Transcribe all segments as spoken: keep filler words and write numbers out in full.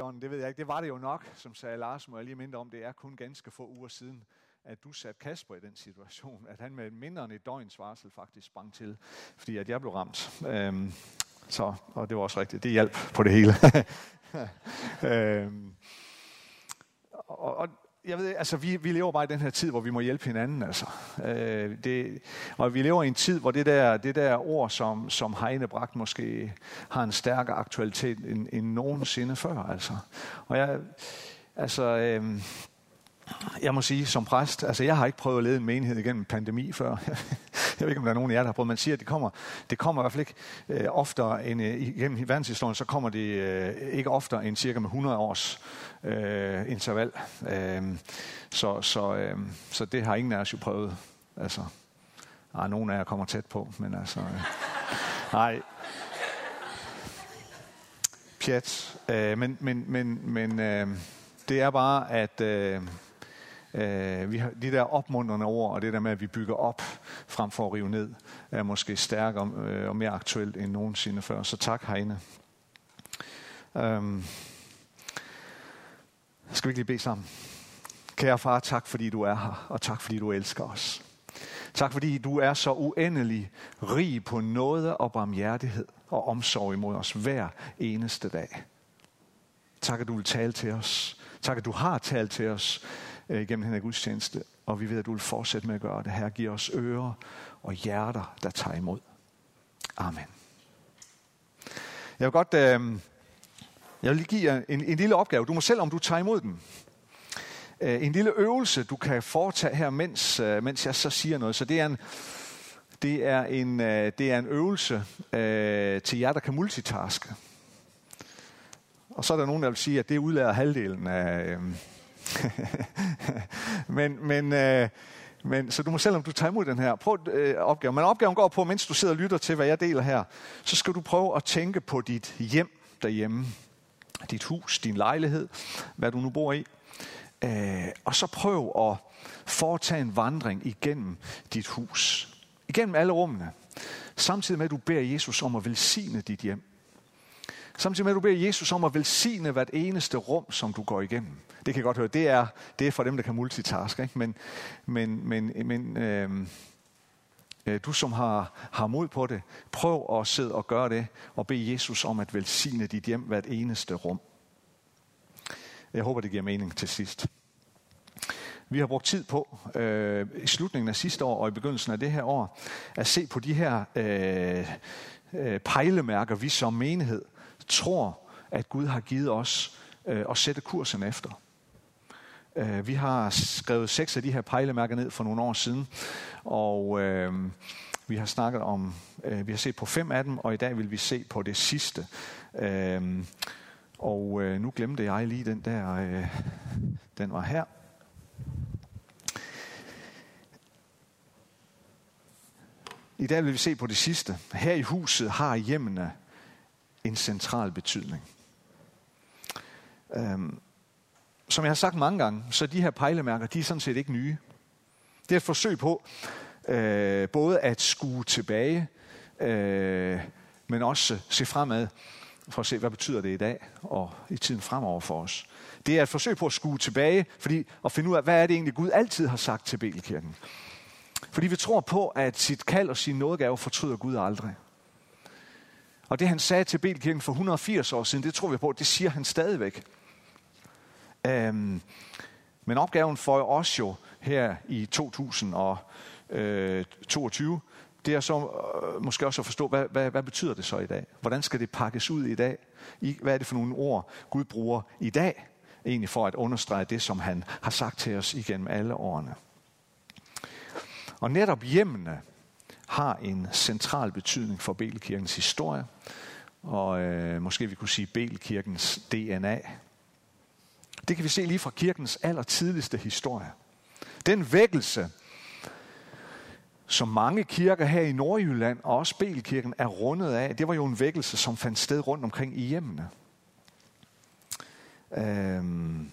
Helligånden, det ved jeg ikke. Det var det jo nok, som sagde Lars, må jeg lige minde om. Det er kun ganske få uger siden, at du satte Kasper i den situation, at han med mindre end et døgns varsel faktisk sprang til, fordi at jeg blev ramt. Øhm, så, og det var også rigtigt. Det hjalp på det hele. øhm, og, og jeg ved, altså vi, vi lever bare i den her tid, hvor vi må hjælpe hinanden, altså. Øh, det, og vi lever i en tid, hvor det der, det der ord, som, som Heine bragt, måske har en stærkere aktualitet end, end nogensinde før, altså. Og jeg, altså, øh, jeg må sige, som præst, altså jeg har ikke prøvet at lede en menighed igennem pandemi før. Jeg ved ikke, om der er nogen af jer, der har prøvet. Man siger, at det kommer, det kommer i hvert fald ikke øh, oftere end øh, igennem verdenshistorien, så kommer det øh, ikke oftere end cirka med hundrede års øh, interval. Øh, så, så, øh, så det har ingen af os jo prøvet. Altså, nej, nogen af jer kommer tæt på, men altså, øh, nej. Pjat. Øh, men men, men, men øh, det er bare, at øh, Uh, vi har de der opmuntrende ord, og det der med, at vi bygger op frem for at rive ned, er måske stærkere uh, og mere aktuelt end nogensinde før. Så tak, Heine. Um, skal vi ikke lige bede sammen? Kære far, tak fordi du er her, og tak fordi du elsker os. Tak fordi du er så uendelig rig på nåde og barmhjertighed og omsorg imod os hver eneste dag. Tak, at du vil tale til os. Tak, at du har talt til os gennem den her gudstjeneste, og vi ved, at du vil fortsætte med at gøre det. Her giver os ører og hjerter, der tager imod. Amen. Jeg vil godt, øh, jeg vil lige give jer en, en lille opgave. Du må selv, om du tager imod den. Øh, en lille øvelse, du kan foretage her, mens, øh, mens jeg så siger noget. Så det er en, det er en, øh, det er en øvelse øh, til jer, der kan multitaske. Og så er der nogen, der vil sige, at det udlærer halvdelen af... Øh, men, men, øh, men så du må selv, om du tager imod den her prøv, øh, opgave. Men opgaven går på, mens du sidder og lytter til, hvad jeg deler her, så skal du prøve at tænke på dit hjem derhjemme. Dit hus, din lejlighed, hvad du nu bor i. Øh, og så prøv at foretage en vandring igennem dit hus. Igennem alle rummene. Samtidig med, at du beder Jesus om at velsigne dit hjem. Samtidig med, at du beder Jesus om at velsigne hvert eneste rum, som du går igennem. Det kan jeg godt høre. Det er, det er for dem, der kan multitaske. Ikke? Men, men, men, men øh, øh, du, som har, har mod på det, prøv at sidde og gøre det, og bede Jesus om at velsigne dit hjem hvert eneste rum. Jeg håber, det giver mening til sidst. Vi har brugt tid på, øh, i slutningen af sidste år og i begyndelsen af det her år, at se på de her øh, øh, pejlemærker, vi som menighed tror, at Gud har givet os øh, at sætte kursen efter. Øh, vi har skrevet seks af de her pejlemærker ned for nogle år siden, og øh, vi har snakket om, øh, vi har set på fem af dem, og i dag vil vi se på det sidste. Øh, og øh, nu glemte jeg lige den der, øh, den var her. I dag vil vi se på det sidste. Her i huset har hjemmene en central betydning. Øhm, som jeg har sagt mange gange, så de her pejlemærker, de er sådan set ikke nye. Det er et forsøg på øh, både at skue tilbage, øh, men også se fremad, for at se, hvad betyder det i dag og i tiden fremover for os. Det er et forsøg på at skue tilbage, fordi at finde ud af, hvad er det egentlig, Gud altid har sagt til Betelkirken. Fordi vi tror på, at sit kald og sin nådegave fortryder Gud aldrig. Og det han sagde til Betelkirken for et hundrede og firs år siden, det tror vi på, det siger han stadigvæk. Øhm, men opgaven for os jo her i to tusind og toogtyve, det er så øh, måske også at forstå, hvad, hvad, hvad betyder det så i dag? Hvordan skal det pakkes ud i dag? I, hvad er det for nogle ord, Gud bruger i dag? Egentlig for at understrege det, som han har sagt til os igennem alle årene. Og netop hjemmene har en central betydning for Betelkirkens historie, og øh, måske vi kunne sige Betelkirkens D N A. Det kan vi se lige fra kirkens allertidligste historie. Den vækkelse, som mange kirker her i Nordjylland og også Betelkirken er rundet af, det var jo en vækkelse, som fandt sted rundt omkring i hjemmene. Øhm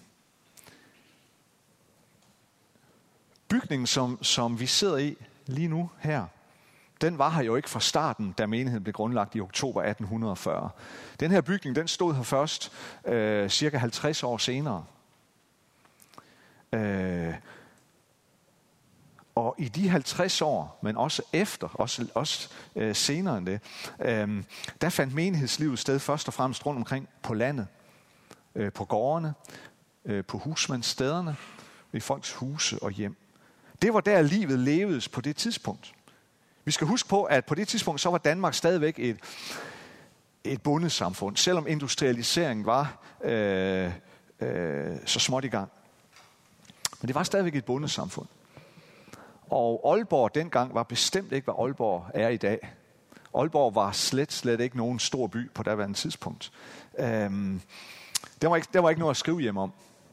Bygningen, som, som vi sidder i lige nu her, den var her jo ikke fra starten, da menigheden blev grundlagt i oktober atten fyrre. Den her bygning, den stod her først øh, cirka halvtreds år senere. Øh, og i de halvtreds år, men også efter, også, også øh, senere end det, øh, der fandt menighedslivet sted først og fremmest rundt omkring på landet, øh, på gårdene, øh, på husmandsstederne, i folks huse og hjem. Det var der, livet levedes på det tidspunkt. Vi skal huske på, at på det tidspunkt, så var Danmark stadigvæk et, et bondesamfund, selvom industrialiseringen var øh, øh, så småt i gang. Men det var stadigvæk et bondesamfund. Og Aalborg dengang var bestemt ikke, hvad Aalborg er i dag. Aalborg var slet, slet ikke nogen stor by på daværende tidspunkt. Øhm, der, var ikke, der var ikke noget at skrive hjem om.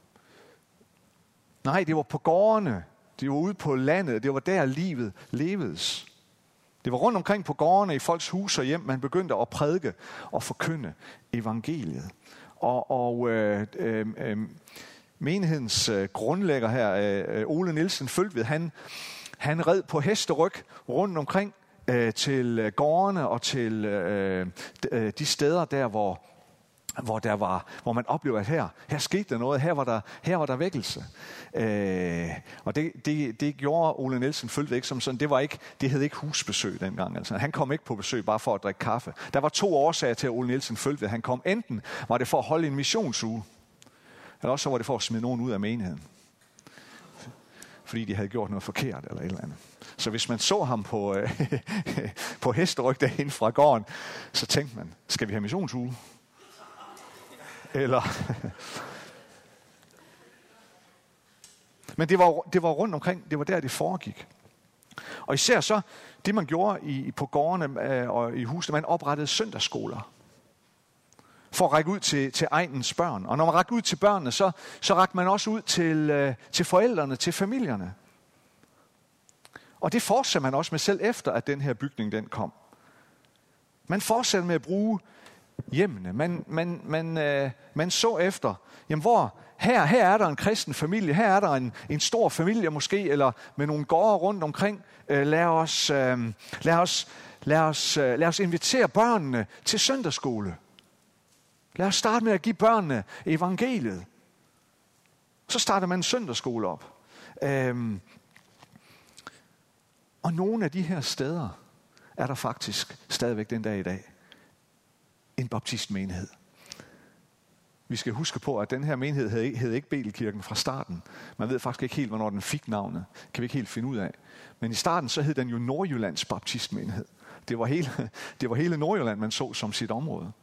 Nej, det var på gårdene, det var ude på landet, det var der livet levedes. Det var rundt omkring på gårdene i folks hus og hjem, man begyndte at prædike og forkynde evangeliet. Og, og øh, øh, øh, menighedens øh, grundlægger her, øh, Ole Nielsen Føltved, han, han red på hesteryg rundt omkring øh, til gårdene og til øh, de steder der, hvor hvor der var, hvor man oplever, at her, her skete der noget, her var der, her var der vækkelse. Øh, og det, det, det gjorde Ole Nielsen Føltved ikke som sådan. Det var ikke, det hed ikke husbesøg dengang. Altså. Han kom ikke på besøg bare for at drikke kaffe. Der var to årsager til, at Ole Nielsen Føltved han kom. Enten var det for at holde en missionsuge, eller også var det for at smide nogen ud af menigheden. Fordi de havde gjort noget forkert eller et eller andet. Så hvis man så ham på, øh, på hesteryg derinde fra gården, så tænkte man, skal vi have missionsuge? Eller Men det var, det var rundt omkring, det var der, det foregik. Og især så, det man gjorde i, på gårdene øh, og i husene, man oprettede søndagsskoler. For at række ud til, til egnens børn. Og når man rækker ud til børnene, så, så rækker man også ud til, øh, til forældrene, til familierne. Og det fortsatte man også med selv efter, at den her bygning den kom. Man fortsatte med at bruge hjemmene. Man, man, man, øh, man så efter, jamen hvor, her, her er der en kristen familie, her er der en, en stor familie måske, eller med nogle gårde rundt omkring. Øh, lad, os, øh, lad, os, lad, os, øh, lad os invitere børnene til søndagsskole. Lad os starte med at give børnene evangeliet. Så starter man en søndagsskole op. Øh, og nogle af de her steder er der faktisk stadigvæk den dag i dag en baptistmenighed. Vi skal huske på, at den her menighed hed ikke, hed ikke Betelkirken fra starten. Man ved faktisk ikke helt, hvornår den fik navnet. Kan vi ikke helt finde ud af. Men i starten så hed den jo Nordjyllands baptistmenighed. Det var hele, det var hele Nordjylland, man så som sit område.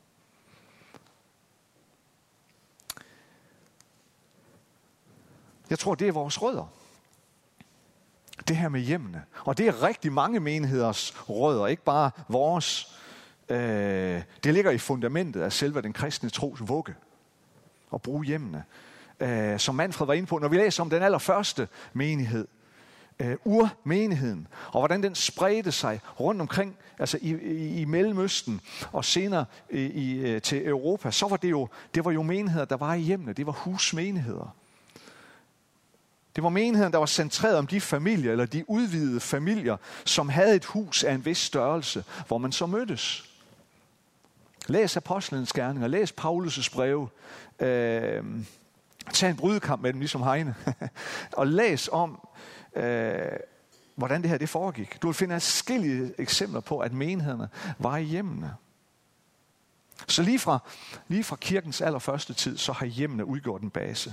Jeg tror, det er vores rødder. Det her med hjemmene. Og det er rigtig mange menigheders rødder, ikke bare vores. Øh, det ligger i fundamentet af selve den kristne tros vugge. At bruge hjemmene. Øh, som Manfred var inde på, når vi læser om den allerførste menighed. Øh, urmenigheden. Og hvordan den spredte sig rundt omkring, altså i, i, i Mellemøsten og senere i, i, til Europa. Så var det jo, det var jo menigheder, der var i hjemmene. Det var husmenigheder. Det var menigheden, der var centreret om de familier, eller de udvidede familier, som havde et hus af en vis størrelse, hvor man så mødtes. Læs Apostlenes gerninger, læs Paulus' breve, øh, tag en brydekamp med dem, ligesom Heine, og læs om, øh, hvordan det her det foregik. Du vil finde forskellige eksempler på, at menighederne var i hjemmene. Så lige fra, lige fra kirkens allerførste tid, så har hjemmene udgjort en base.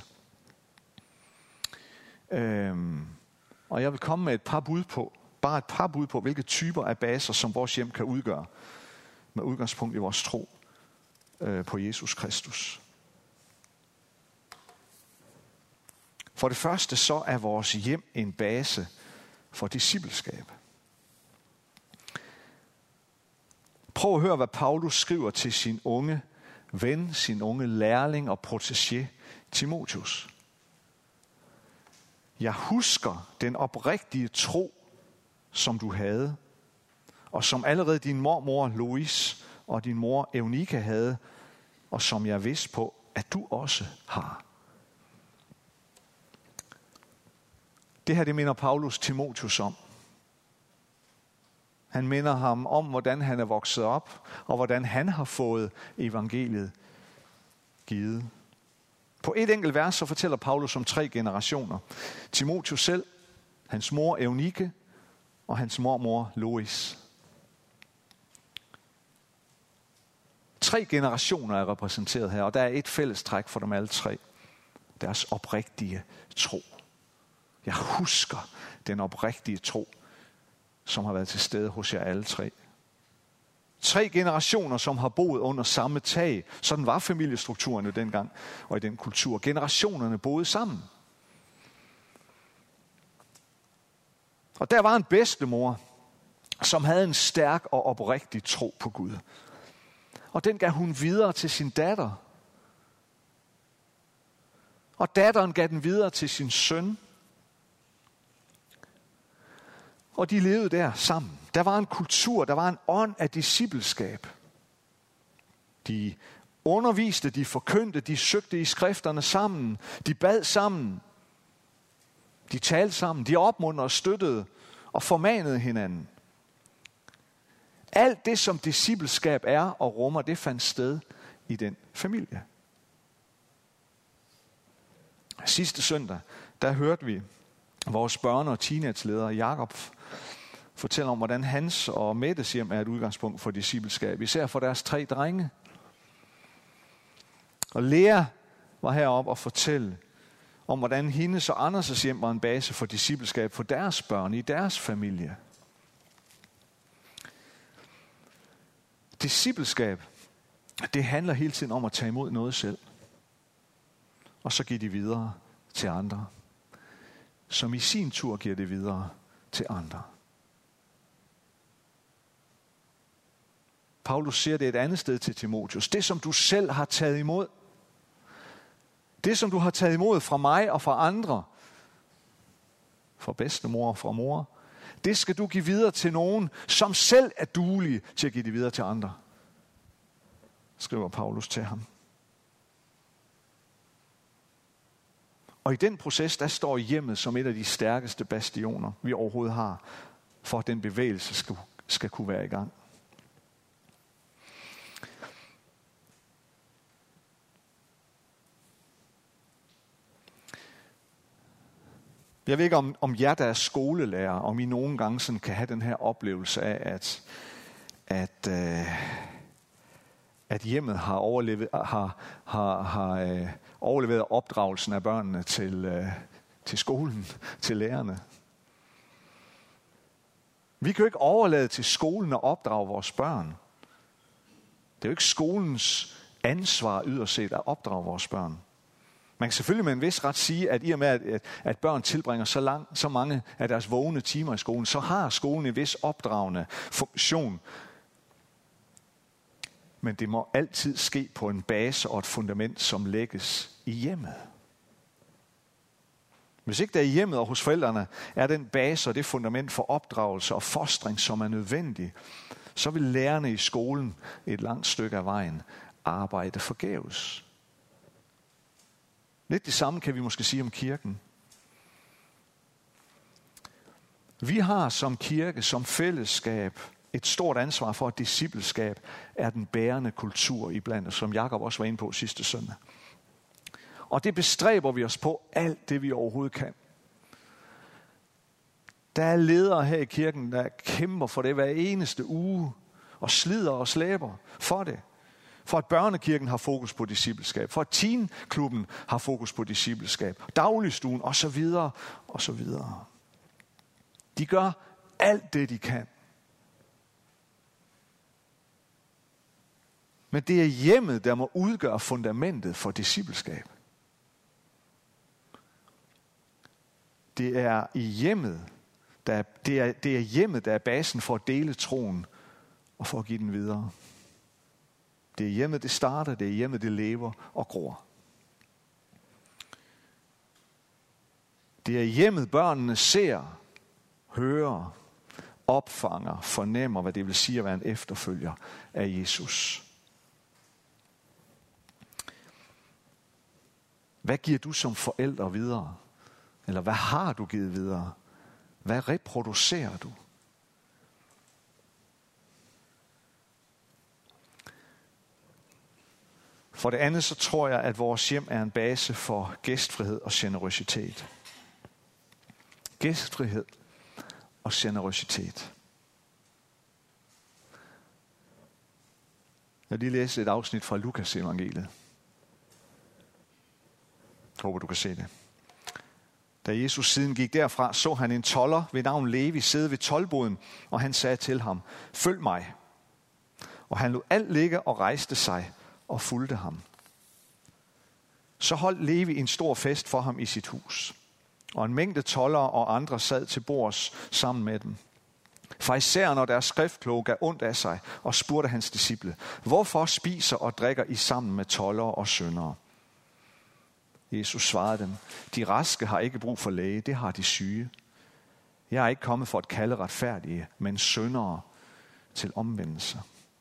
Øhm, og jeg vil komme med et par bud på, bare et par bud på, hvilke typer af baser, som vores hjem kan udgøre, med udgangspunkt i vores tro øh, på Jesus Kristus. For det første så er vores hjem en base for discipleskab. Prøv at høre, hvad Paulus skriver til sin unge ven, sin unge lærling og protégé Timotheus. Jeg husker den oprigtige tro, som du havde, og som allerede din mormor Louise og din mor Eunika havde, og som jeg vidste på, at du også har. Det her, det minder Paulus Timotheus om. Han minder ham om, hvordan han er vokset op, og hvordan han har fået evangeliet givet. På et enkelt vers så fortæller Paulus om tre generationer. Timotheus selv, hans mor Eunike og hans mormor Lois. Tre generationer er repræsenteret her, og der er et fælles træk for dem alle tre. Deres oprigtige tro. Jeg husker den oprigtige tro, som har været til stede hos jer alle tre. Tre generationer, som har boet under samme tag. Sådan var familiestrukturen jo dengang og i den kultur. Generationerne boede sammen. Og der var en bedstemor, som havde en stærk og oprigtig tro på Gud. Og den gav hun videre til sin datter. Og datteren gav den videre til sin søn. Og de levede der sammen. Der var en kultur, der var en ånd af discipleskab. De underviste, de forkyndte, de søgte i skrifterne sammen. De bad sammen. De talte sammen. De opmuntrede og støttede og formanede hinanden. Alt det, som discipleskab er og rummer, det fandt sted i den familie. Sidste søndag, der hørte vi vores børne- og teenageleder Jakob fortælle om, hvordan hans og Mettes hjem er et udgangspunkt for discipleskab, især for deres tre drenge. Og Lea var heroppe og fortælle om, hvordan hendes og Anders' hjem var en base for discipleskab for deres børn i deres familie. Discipleskab, det handler hele tiden om at tage imod noget selv, og så give det videre til andre, som i sin tur giver det videre til andre. Paulus siger det et andet sted til Timotheus. Det, som du selv har taget imod, det, som du har taget imod fra mig og fra andre, fra bedstemor og fra mor, det skal du give videre til nogen, som selv er duelige til at give det videre til andre, skriver Paulus til ham. Og i den proces, der står hjemmet som et af de stærkeste bastioner, vi overhovedet har, for at den bevægelse skal, skal kunne være i gang. Jeg ved ikke, om, om jer, der er skolelærer, om I nogle gange sådan kan have den her oplevelse af, at, at, øh, at hjemmet har overlevet, har, har, har, øh, overleveret opdragelsen af børnene til, øh, til skolen, til lærerne. Vi kan jo ikke overlade til skolen at opdrage vores børn. Det er jo ikke skolens ansvar yderst set at opdrage vores børn. Man kan selvfølgelig med en vis ret sige, at i og med, at, at børn tilbringer så, lang, så mange af deres vågne timer i skolen, så har skolen en vis opdragende funktion. Men det må altid ske på en base og et fundament, som lægges i hjemmet. Hvis ikke der i hjemmet og hos forældrene er den base og det fundament for opdragelse og fostring, som er nødvendig, så vil lærerne i skolen et langt stykke af vejen arbejde forgæves. Lidt det samme kan vi måske sige om kirken. Vi har som kirke, som fællesskab, et stort ansvar for, at discipleskab er den bærende kultur iblandt os, som Jakob også var inde på sidste søndag. Og det bestræber vi os på alt det, vi overhovedet kan. Der er ledere her i kirken, der kæmper for det hver eneste uge, og slider og slæber for det. For at børnekirken har fokus på discipleskab, for at teenklubben har fokus på discipleskab, dagligstuen osv. osv. De gør alt det, de kan. Men det er hjemmet, der må udgøre fundamentet for discipleskab. Det er i hjemmet, der, det er, det er hjemmet, der er basen for at dele troen og for at give den videre. Det er hjemmet, det starter, det er hjemmet, det lever og gror. Det er hjemmet, børnene ser, hører, opfanger, fornemmer, hvad det vil sige at være en efterfølger af Jesus. Hvad giver du som forælder videre? Eller hvad har du givet videre? Hvad reproducerer du? For det andet så tror jeg, at vores hjem er en base for gæstfrihed og generøsitet. Gæstfrihed og generøsitet. Jeg vil lige læse et afsnit fra Lukas evangeliet. Jeg håber, du kan se det. Da Jesus siden gik derfra, så han en tolder ved navn Levi sidde ved toldboden, og han sagde til ham, følg mig. Og han lod alt ligge og rejste sig og fulgte ham. Så holdt Levi en stor fest for ham i sit hus, og en mængde toldere og andre sad til bords sammen med dem. Farisæerne og deres skriftkloge gav ondt af sig og spurgte hans disciple, hvorfor spiser og drikker I sammen med toldere og syndere? Jesus svarede dem, de raske har ikke brug for læge, det har de syge. Jeg er ikke kommet for at kalde retfærdige, men syndere til omvendelse.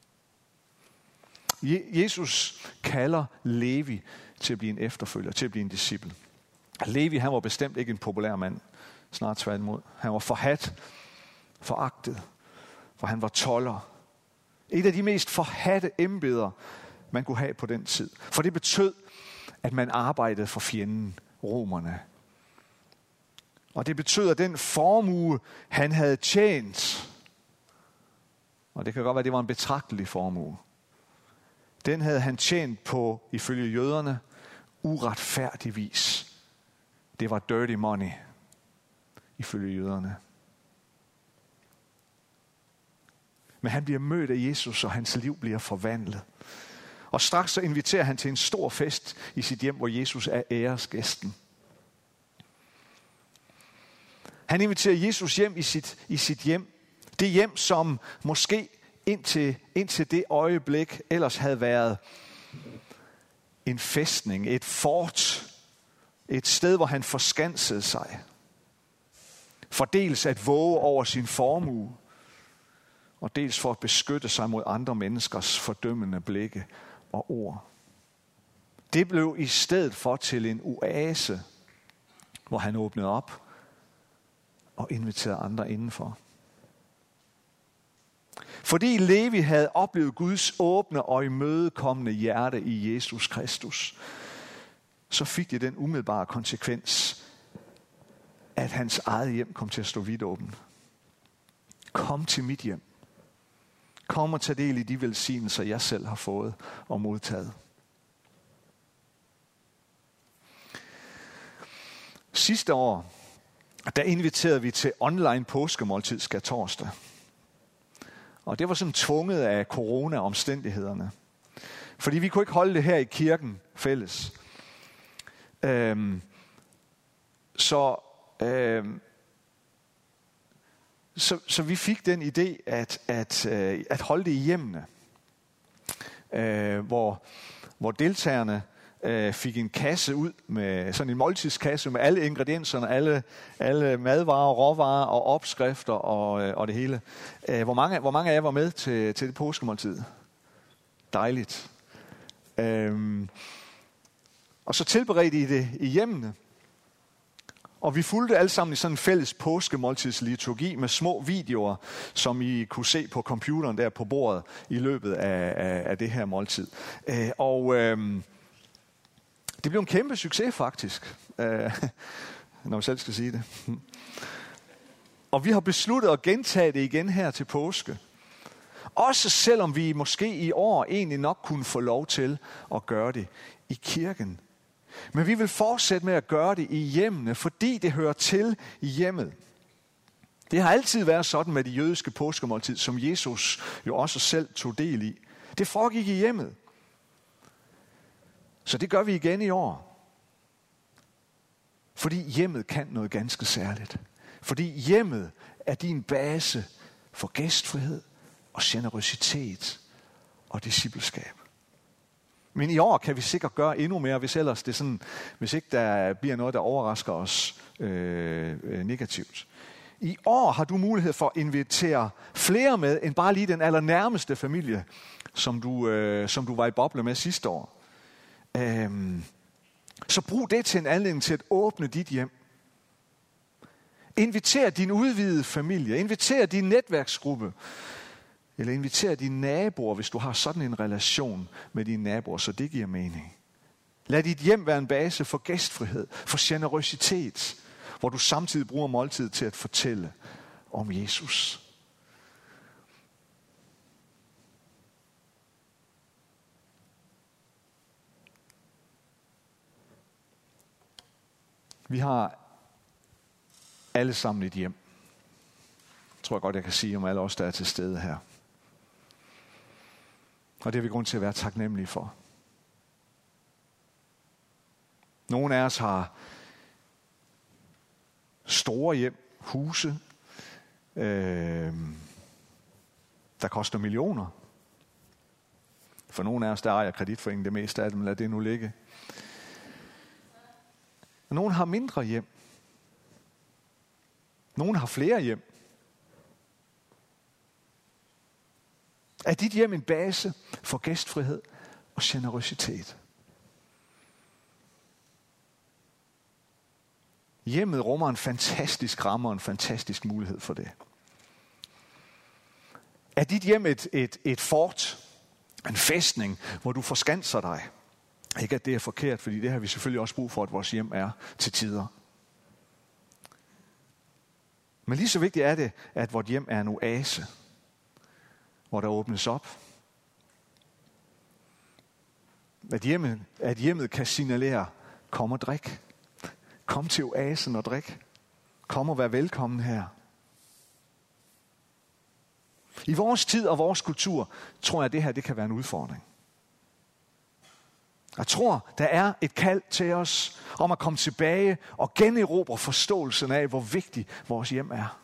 Jesus kalder Levi til at blive en efterfølger, til at blive en disciple. Levi, han var bestemt ikke en populær mand, snart tværtimod. Han var forhadt, foragtet, for han var tolder. Et af de mest forhadte embeder, man kunne have på den tid. For det betød, at man arbejdede for fjenden, romerne. Og det betød, at den formue, han havde tjent, og det kan godt være, at det var en betragtelig formue, den havde han tjent på, ifølge jøderne, uretfærdigvis. Det var dirty money, ifølge jøderne. Men han bliver mødt af Jesus, og hans liv bliver forvandlet. Og straks så inviterer han til en stor fest i sit hjem, hvor Jesus er æresgæsten. Han inviterer Jesus hjem i sit, i sit hjem. Det hjem, som måske indtil, indtil det øjeblik ellers havde været en fæstning, et fort, et sted, hvor han forskansede sig. For dels at våge over sin formue, og dels for at beskytte sig mod andre menneskers fordømmende blikke og ord. Det blev i stedet for til en oase, hvor han åbnede op og inviterede andre indenfor. Fordi Levi havde oplevet Guds åbne og imødekommende hjerte i Jesus Kristus, så fik det den umiddelbare konsekvens, at hans eget hjem kom til at stå vidt åben. Kom til mit hjem. Kom og tag del i de velsignelser, jeg selv har fået og modtaget. Sidste år, der inviterede vi til online påskemåltid skærtorsdag. Og det var sådan tvunget af corona-omstændighederne. Fordi vi kunne ikke holde det her i kirken fælles. Øhm, så, øhm, så, så vi fik den idé at, at, øh, at holde det i hjemmene. Øh, hvor, hvor deltagerne øh, fik en kasse ud, med sådan en måltidskasse med alle ingredienserne, alle, alle madvarer, råvarer og opskrifter og, øh, og det hele. Øh, hvor, mange, hvor mange af jer var med til, til det påskemåltid? Dejligt. Øh, og så tilberedte I det i hjemmene. Og vi fulgte alle sammen i sådan en fælles påskemåltidsliturgi med små videoer, som I kunne se på computeren der på bordet i løbet af, af, af det her måltid. Øh, og øh, det blev en kæmpe succes faktisk, øh, når man selv skal sige det. Og vi har besluttet at gentage det igen her til påske. Også selvom vi måske i år egentlig nok kunne få lov til at gøre det i kirken. Men vi vil fortsætte med at gøre det i hjemmene, fordi det hører til i hjemmet. Det har altid været sådan med de jødiske påskemåltid, som Jesus jo også selv tog del i. Det foregik i hjemmet. Så det gør vi igen i år. Fordi hjemmet kan noget ganske særligt. Fordi hjemmet er din base for gæstfrihed og generøsitet og discipleskab. Men i år kan vi sikkert gøre endnu mere, hvis ellers det er sådan, hvis ikke der bliver noget, der overrasker os øh, negativt. I år har du mulighed for at invitere flere med, end bare lige den allernærmeste familie, som du, øh, som du var i boble med sidste år. Øhm, så brug det til en anledning til at åbne dit hjem. Inviter din udvidede familie, inviter din netværksgruppe, Eller inviter dine naboer, hvis du har sådan en relation med dine naboer, så det giver mening. Lad dit hjem være en base for gæstfrihed, for generøsitet, hvor du samtidig bruger måltid til at fortælle om Jesus. Vi har alle sammen et hjem. Det tror jeg godt, jeg kan sige om alle os, der er til stede her. Og det har vi grund til at være taknemmelige for. Nogle af os har store hjem, huse, øh, der koster millioner. For nogle af os, der ejer kreditforeningen det meste af dem, lad det nu ligge. Nogle har mindre hjem. Nogle har flere hjem. Er dit hjem en base for gæstfrihed og generøsitet? Hjemmet rummer en fantastisk ramme og en fantastisk mulighed for det. Er dit hjem et, et, et fort, en fæstning, hvor du forskanser dig? Ikke at det er forkert, fordi det har vi selvfølgelig også brug for, at vores hjem er til tider. Men lige så vigtigt er det, at vores hjem er en oase, hvor der åbnes op. At hjemmet, at hjemmet kan signalere, kom og drik. Kom til oasen og drik. Kom og vær velkommen her. I vores tid og vores kultur, tror jeg, at det her det kan være en udfordring. Jeg tror, der er et kald til os om at komme tilbage og generobre forståelsen af, hvor vigtig vores hjem er.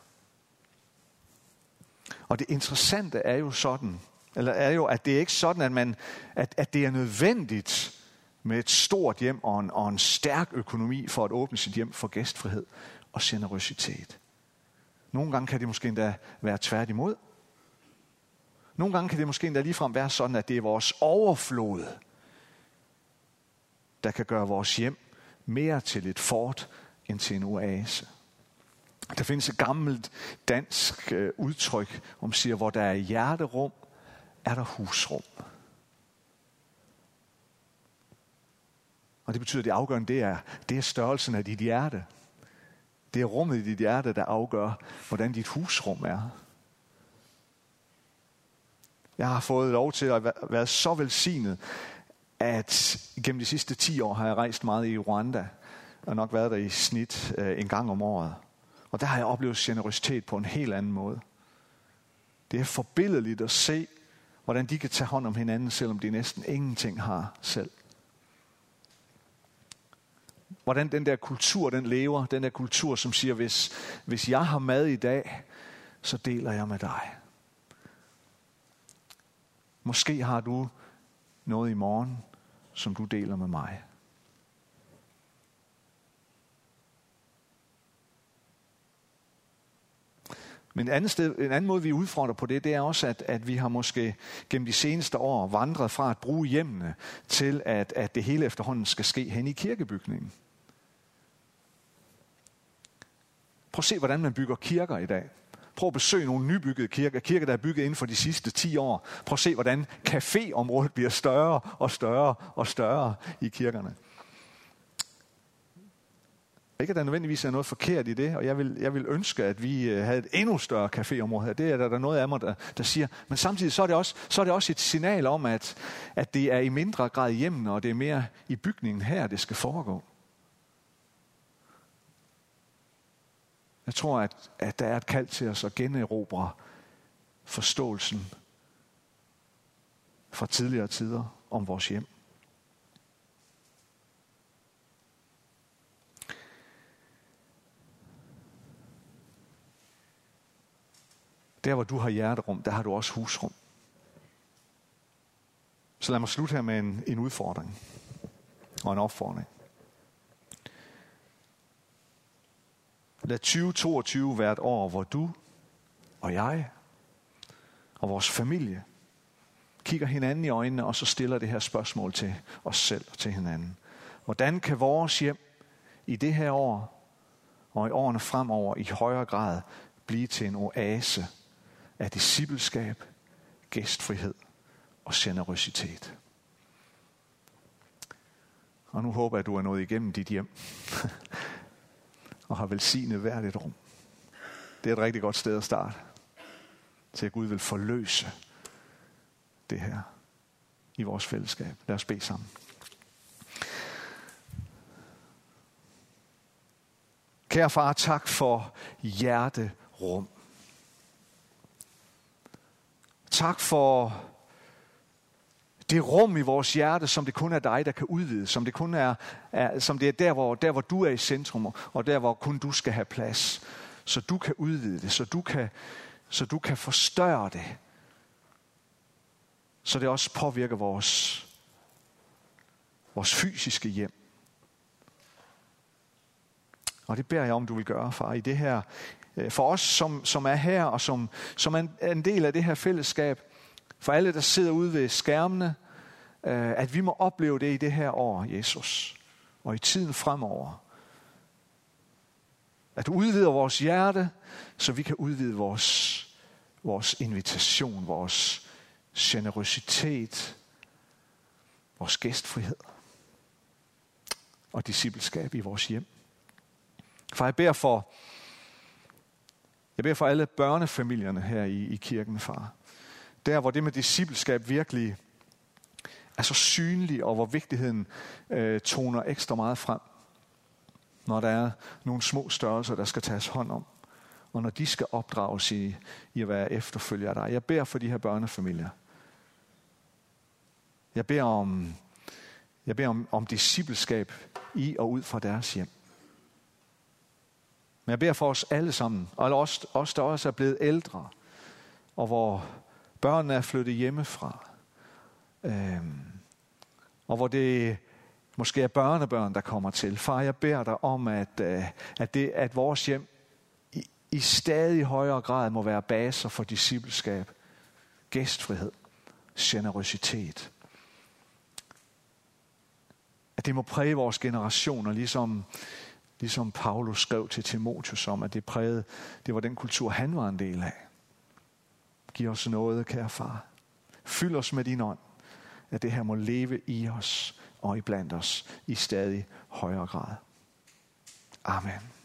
Og det interessante er jo sådan, eller er jo, at det er ikke sådan, at, man, at, at det er nødvendigt med et stort hjem og en, og en stærk økonomi for at åbne sit hjem for gæstfrihed og generøsitet. Nogle gange kan det måske endda være tværtimod. Nogle gange kan det måske endda ligefrem være sådan, at det er vores overflod, der kan gøre vores hjem mere til et fort end til en oase. Der findes et gammelt dansk øh, udtryk, om siger, hvor der er hjerterum, er der husrum. Og det betyder, at det afgørende, det er, det er størrelsen af dit hjerte. Det er rummet i dit hjerte, der afgør, hvordan dit husrum er. Jeg har fået lov til at være så velsignet, at gennem de sidste ti år har jeg rejst meget i Rwanda, og nok været der i snit øh, en gang om året. Og der har jeg oplevet generøsitet på en helt anden måde. Det er forbilledeligt at se, hvordan de kan tage hånd om hinanden, selvom de næsten ingenting har selv. Hvordan den der kultur, den lever, den der kultur, som siger, hvis, hvis jeg har mad i dag, så deler jeg med dig. Måske har du noget i morgen, som du deler med mig. Men en anden, sted, en anden måde, vi udfordrer på det, det er også, at, at vi har måske gennem de seneste år vandret fra at bruge hjemmene til, at, at det hele efterhånden skal ske hen i kirkebygningen. Prøv at se, hvordan man bygger kirker i dag. Prøv at besøge nogle nybyggede kirker, kirker, der er bygget inden for de sidste ti år. Prøv at se, hvordan caféområdet bliver større og større og større i kirkerne. Ikke at der nødvendigvis er noget forkert i det, og jeg vil, jeg vil ønske, at vi havde et endnu større caféområde her. Det er der, der er noget af mig, der, der siger. Men samtidig så er, det også, så er det også et signal om, at, at det er i mindre grad hjemme, og det er mere i bygningen her, det skal foregå. Jeg tror, at, at der er et kald til os at generobre forståelsen fra tidligere tider om vores hjem. Der, hvor du har hjerterum, der har du også husrum. Så lad mig slutte her med en, en udfordring og en opfordring. Lad tyve toogtyve være et år, hvor du og jeg og vores familie kigger hinanden i øjnene, og så stiller det her spørgsmål til os selv og til hinanden. Hvordan kan vores hjem i det her år og i årene fremover i højere grad blive til en oase af discipleskab, gæstfrihed og generøsitet. Og nu håber jeg, at du er nået igennem dit hjem og har velsignet hvert et rum. Det er et rigtig godt sted at starte, til at Gud vil forløse det her i vores fællesskab. Lad os bede sammen. Kære far, tak for hjerterum. Tak for det rum i vores hjerte, som det kun er dig, der kan udvide, som det kun er, er som det er der hvor, der, hvor du er i centrum, og der, hvor kun du skal have plads. Så du kan udvide det, så du kan, så du kan forstørre det. Så det også påvirker vores, vores fysiske hjem. Og det beder jeg om, du vil gøre, far, i det her. For os, som, som er her, og som, som er en del af det her fællesskab. For alle, der sidder ude ved skærmene. At vi må opleve det i det her år, Jesus. Og i tiden fremover. At du udvider vores hjerte, så vi kan udvide vores, vores invitation, vores generøsitet, vores gæstfrihed og discipleskab i vores hjem. For jeg beder for, jeg beder for alle børnefamilierne her i, i kirken, far. Der, hvor det med discipleskab virkelig er så synligt, og hvor vigtigheden øh, toner ekstra meget frem. Når der er nogle små størrelser, der skal tages hånd om. Og når de skal opdrages i, i at være efterfølger af dig. Jeg beder for de her børnefamilier. Jeg beder om, jeg beder om, om discipleskab i og ud fra deres hjem. Men jeg beder for os alle sammen, og os, os der også er blevet ældre, og hvor børnene er flyttet hjemmefra, øhm, og hvor det måske er børnebørn, der kommer til. Far, jeg beder dig om, at, øh, at, det, at vores hjem i, i stadig højere grad må være baser for discipleskab, gæstfrihed, generøsitet. At det må præge vores generationer, ligesom Ligesom Paulus skrev til Timotheus om, at det prægede, det var den kultur, han var en del af. Giv os noget, kære far. Fyld os med din ånd, at det her må leve i os og iblandt os i stadig højere grad. Amen.